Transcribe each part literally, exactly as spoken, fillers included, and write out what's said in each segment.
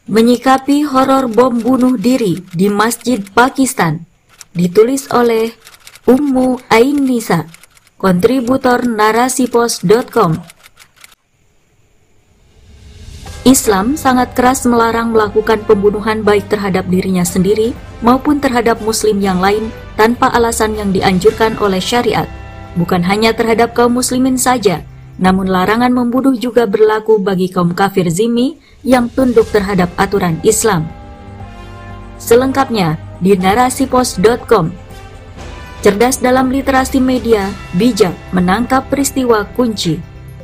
Menyikapi horor bom bunuh diri di Masjid Pakistan, ditulis oleh Ummu Ainnisa, kontributor narasipos dot com. Islam sangat keras melarang melakukan pembunuhan baik terhadap dirinya sendiri maupun terhadap muslim yang lain tanpa alasan yang dianjurkan oleh syariat. Bukan hanya terhadap kaum muslimin saja, namun larangan membunuh juga berlaku bagi kaum kafir zimmi yang tunduk terhadap aturan Islam. Selengkapnya di narasipos dot com. Cerdas dalam literasi media, bijak menangkap peristiwa kunci.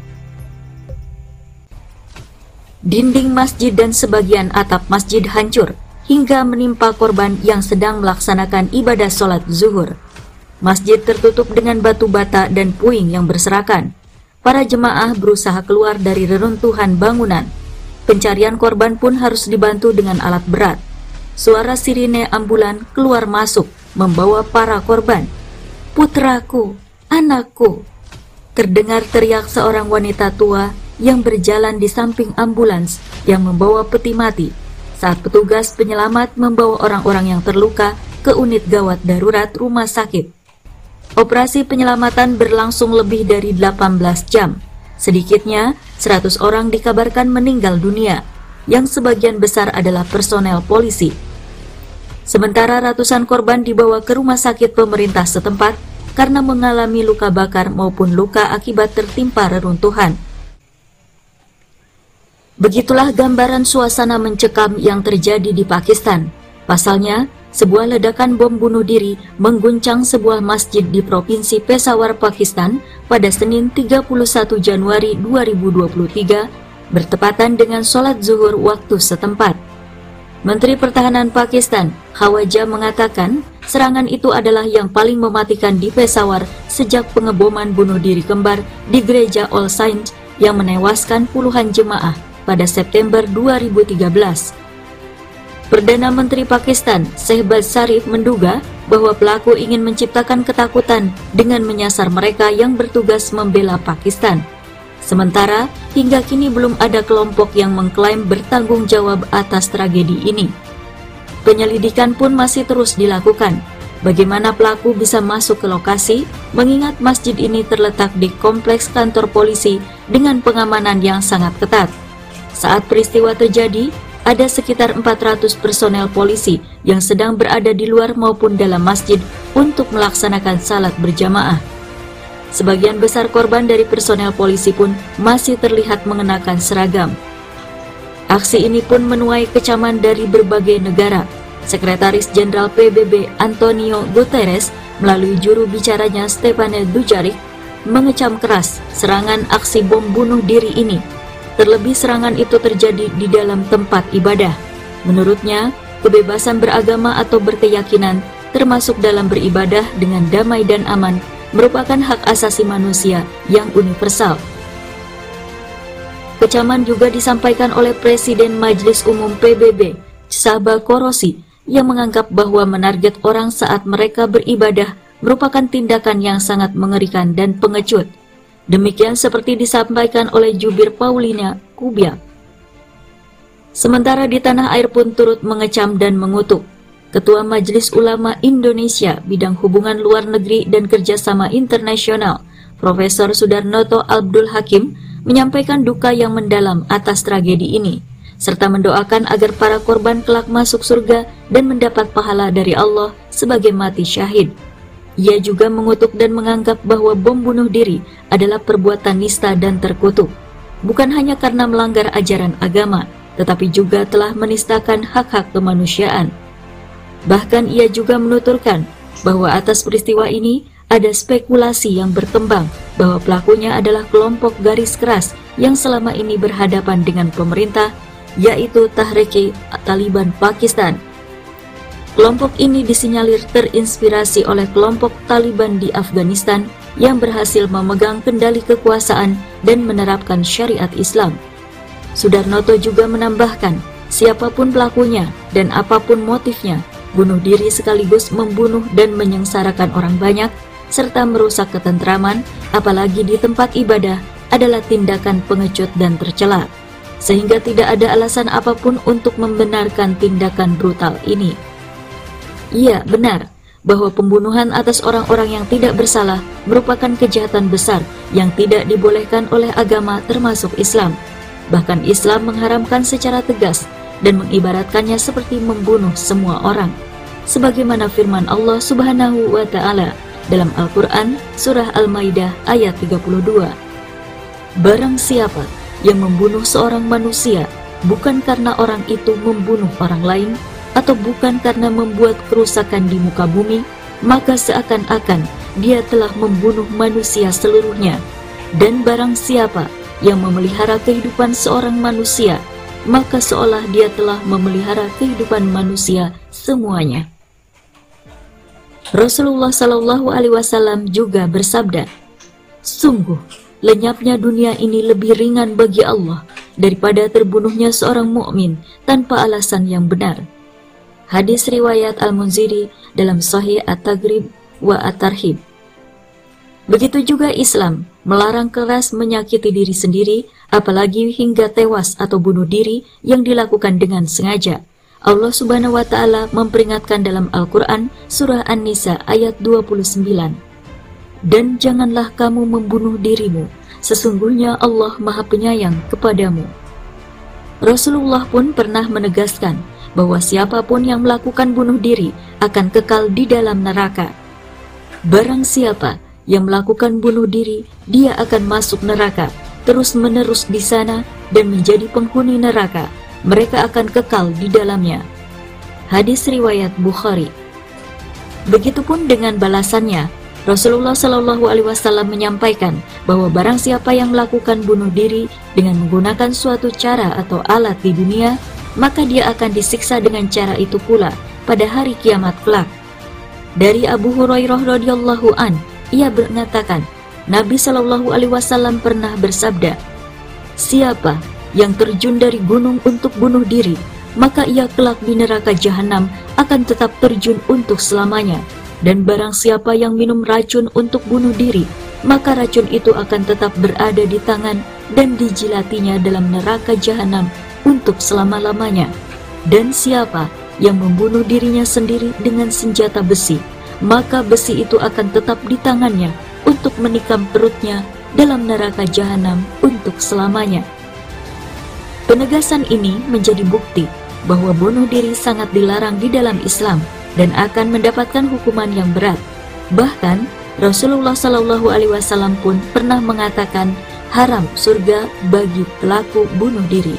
Dinding masjid dan sebagian atap masjid hancur hingga menimpa korban yang sedang melaksanakan ibadah sholat zuhur. Masjid tertutup dengan batu bata dan puing yang berserakan. Para jemaah berusaha keluar dari reruntuhan bangunan. Pencarian korban pun harus dibantu dengan alat berat. Suara sirine ambulan keluar masuk membawa para korban. "Putraku, anakku!" Terdengar teriak seorang wanita tua yang berjalan di samping ambulans yang membawa peti mati saat petugas penyelamat membawa orang-orang yang terluka ke unit gawat darurat rumah sakit. Operasi penyelamatan berlangsung lebih dari delapan belas jam. Sedikitnya seratus orang dikabarkan meninggal dunia, yang sebagian besar adalah personel polisi. Sementara ratusan korban dibawa ke rumah sakit pemerintah setempat karena mengalami luka bakar maupun luka akibat tertimpa reruntuhan. Begitulah gambaran suasana mencekam yang terjadi di Pakistan. Pasalnya, sebuah ledakan bom bunuh diri mengguncang sebuah masjid di Provinsi Peshawar, Pakistan pada Senin tiga puluh satu Januari dua ribu dua puluh tiga bertepatan dengan sholat zuhur waktu setempat. Menteri Pertahanan Pakistan, Khawaja, mengatakan serangan itu adalah yang paling mematikan di Peshawar sejak pengeboman bunuh diri kembar di gereja All Saints yang menewaskan puluhan jemaah pada September dua ribu tiga belas. Perdana Menteri Pakistan, Shehbaz Sharif, menduga bahwa pelaku ingin menciptakan ketakutan dengan menyasar mereka yang bertugas membela Pakistan. Sementara, hingga kini belum ada kelompok yang mengklaim bertanggung jawab atas tragedi ini. Penyelidikan pun masih terus dilakukan. Bagaimana pelaku bisa masuk ke lokasi, mengingat masjid ini terletak di kompleks kantor polisi dengan pengamanan yang sangat ketat. Saat peristiwa terjadi, ada sekitar empat ratus personel polisi yang sedang berada di luar maupun dalam masjid untuk melaksanakan salat berjamaah. Sebagian besar korban dari personel polisi pun masih terlihat mengenakan seragam. Aksi ini pun menuai kecaman dari berbagai negara. Sekretaris Jenderal P B B Antonio Guterres melalui juru bicaranya Stephane Dujarric mengecam keras serangan aksi bom bunuh diri ini. Terlebih serangan itu terjadi di dalam tempat ibadah. Menurutnya, kebebasan beragama atau berkeyakinan, termasuk dalam beribadah dengan damai dan aman, merupakan hak asasi manusia yang universal. Kecaman juga disampaikan oleh Presiden Majelis Umum P B B, Csaba Korosi, yang menganggap bahwa menarget orang saat mereka beribadah merupakan tindakan yang sangat mengerikan dan pengecut. Demikian seperti disampaikan oleh Jubir Paulina Kubiak. Sementara di tanah air pun turut mengecam dan mengutuk. Ketua Majelis Ulama Indonesia bidang hubungan luar negeri dan kerjasama internasional, Profesor Sudarnoto Abdul Hakim, menyampaikan duka yang mendalam atas tragedi ini, serta mendoakan agar para korban kelak masuk surga dan mendapat pahala dari Allah sebagai mati syahid. Ia juga mengutuk dan menganggap bahwa bom bunuh diri adalah perbuatan nista dan terkutuk, bukan hanya karena melanggar ajaran agama, tetapi juga telah menistakan hak-hak kemanusiaan. Bahkan ia juga menuturkan bahwa atas peristiwa ini ada spekulasi yang berkembang bahwa pelakunya adalah kelompok garis keras yang selama ini berhadapan dengan pemerintah, yaitu Tehrik Taliban Pakistan. Kelompok ini disinyalir terinspirasi oleh kelompok Taliban di Afghanistan yang berhasil memegang kendali kekuasaan dan menerapkan syariat Islam. Sudarnoto juga menambahkan, siapapun pelakunya dan apapun motifnya, bunuh diri sekaligus membunuh dan menyengsarakan orang banyak, serta merusak ketentraman, apalagi di tempat ibadah, adalah tindakan pengecut dan tercela. sehingga tidak ada alasan apapun untuk membenarkan tindakan brutal ini. Iya, benar bahwa pembunuhan atas orang-orang yang tidak bersalah merupakan kejahatan besar yang tidak dibolehkan oleh agama termasuk Islam. Bahkan Islam mengharamkan secara tegas dan mengibaratkannya seperti membunuh semua orang. Sebagaimana firman Allah Subhanahu wa Ta'ala dalam Al-Quran Surah Al-Maidah ayat tiga puluh dua. Barang siapa yang membunuh seorang manusia bukan karena orang itu membunuh orang lain, atau bukan karena membuat kerusakan di muka bumi, maka seakan-akan dia telah membunuh manusia seluruhnya. Dan barang siapa yang memelihara kehidupan seorang manusia, maka seolah dia telah memelihara kehidupan manusia semuanya. Rasulullah Shallallahu Alaihi Wasallam juga bersabda, sungguh lenyapnya dunia ini lebih ringan bagi Allah daripada terbunuhnya seorang mukmin tanpa alasan yang benar. Hadis riwayat Al-Munziri dalam Sahih At-Taghrib wa At-Tarhib. Begitu juga Islam melarang keras menyakiti diri sendiri, apalagi hingga tewas atau bunuh diri yang dilakukan dengan sengaja. Allah Subhanahu wa Ta'ala memperingatkan dalam Al-Quran Surah An-Nisa ayat dua puluh sembilan. Dan janganlah kamu membunuh dirimu, sesungguhnya Allah Maha Penyayang kepadamu. Rasulullah pun pernah menegaskan bahwa siapapun yang melakukan bunuh diri akan kekal di dalam neraka. Barang siapa yang melakukan bunuh diri, dia akan masuk neraka, terus-menerus di sana dan menjadi penghuni neraka. Mereka akan kekal di dalamnya. Hadis riwayat Bukhari. Begitupun dengan balasannya, Rasulullah Shallallahu Alaihi Wasallam menyampaikan bahwa barang siapa yang melakukan bunuh diri dengan menggunakan suatu cara atau alat di dunia, maka dia akan disiksa dengan cara itu pula pada hari kiamat kelak. Dari Abu Hurairah radhiyallahu an, ia mengatakan, Nabi Shallallahu Alaihi Wasallam pernah bersabda, siapa yang terjun dari gunung untuk bunuh diri, maka ia kelak di neraka jahanam akan tetap terjun untuk selamanya. Dan barang siapa yang minum racun untuk bunuh diri, maka racun itu akan tetap berada di tangan dan dijilatinya dalam neraka jahanam untuk selama-lamanya. Dan siapa yang membunuh dirinya sendiri dengan senjata besi, maka besi itu akan tetap di tangannya untuk menikam perutnya dalam neraka jahanam untuk selamanya. Penegasan ini menjadi bukti bahwa bunuh diri sangat dilarang di dalam Islam dan akan mendapatkan hukuman yang berat. Bahkan Rasulullah Shallallahu Alaihi Wasallam pun pernah mengatakan haram surga bagi pelaku bunuh diri.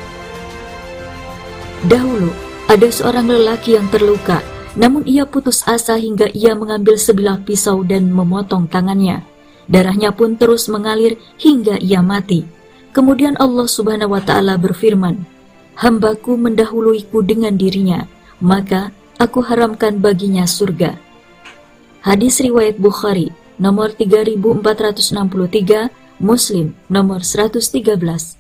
Dahulu ada seorang lelaki yang terluka, namun ia putus asa hingga ia mengambil sebilah pisau dan memotong tangannya. Darahnya pun terus mengalir hingga ia mati. Kemudian Allah Subhanahu wa Ta'ala berfirman, hambaku mendahuluiku dengan dirinya, maka aku haramkan baginya surga. Hadis riwayat Bukhari nomor tiga ribu empat ratus enam puluh tiga, Muslim nomor seratus tiga belas.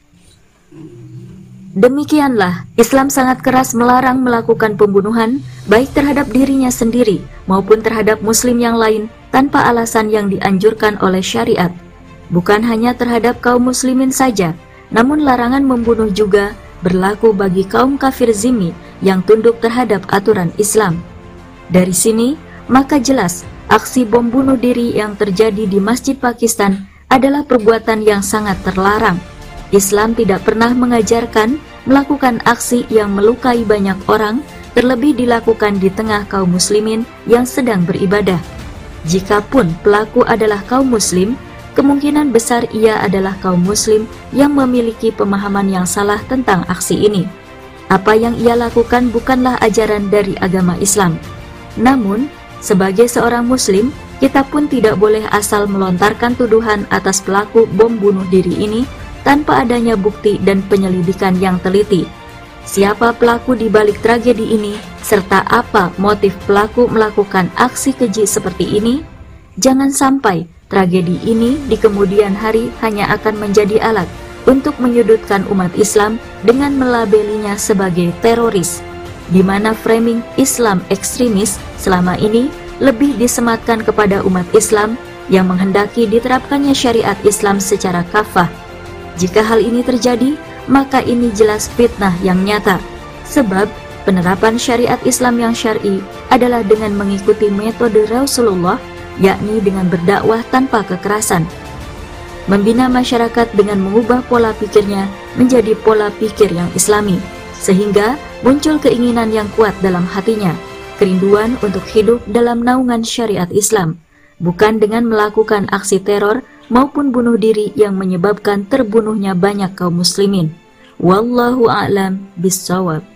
Demikianlah Islam sangat keras melarang melakukan pembunuhan baik terhadap dirinya sendiri maupun terhadap muslim yang lain tanpa alasan yang dianjurkan oleh syariat. Bukan hanya terhadap kaum muslimin saja, namun larangan membunuh juga berlaku bagi kaum kafir zimmi yang tunduk terhadap aturan Islam. Dari sini, maka jelas aksi bom bunuh diri yang terjadi di Masjid Pakistan adalah perbuatan yang sangat terlarang. Islam tidak pernah mengajarkan melakukan aksi yang melukai banyak orang, terlebih dilakukan di tengah kaum muslimin yang sedang beribadah. Jikapun pelaku adalah kaum muslim, kemungkinan besar ia adalah kaum muslim yang memiliki pemahaman yang salah tentang aksi ini. Apa yang ia lakukan bukanlah ajaran dari agama Islam. Namun, sebagai seorang muslim, kita pun tidak boleh asal melontarkan tuduhan atas pelaku bom bunuh diri ini tanpa adanya bukti dan penyelidikan yang teliti. Siapa pelaku di balik tragedi ini, serta apa motif pelaku melakukan aksi keji seperti ini? Jangan sampai tragedi ini di kemudian hari hanya akan menjadi alat untuk menyudutkan umat Islam dengan melabelinya sebagai teroris, di mana framing Islam ekstremis selama ini lebih disematkan kepada umat Islam yang menghendaki diterapkannya syariat Islam secara kafah. Jika hal ini terjadi, maka ini jelas fitnah yang nyata. Sebab penerapan syariat Islam yang syar'i adalah dengan mengikuti metode Rasulullah, yakni dengan berdakwah tanpa kekerasan. Membina masyarakat dengan mengubah pola pikirnya menjadi pola pikir yang islami, sehingga muncul keinginan yang kuat dalam hatinya, kerinduan untuk hidup dalam naungan syariat Islam, bukan dengan melakukan aksi teror maupun bunuh diri yang menyebabkan terbunuhnya banyak kaum muslimin. Wallahu a'lam bissawab.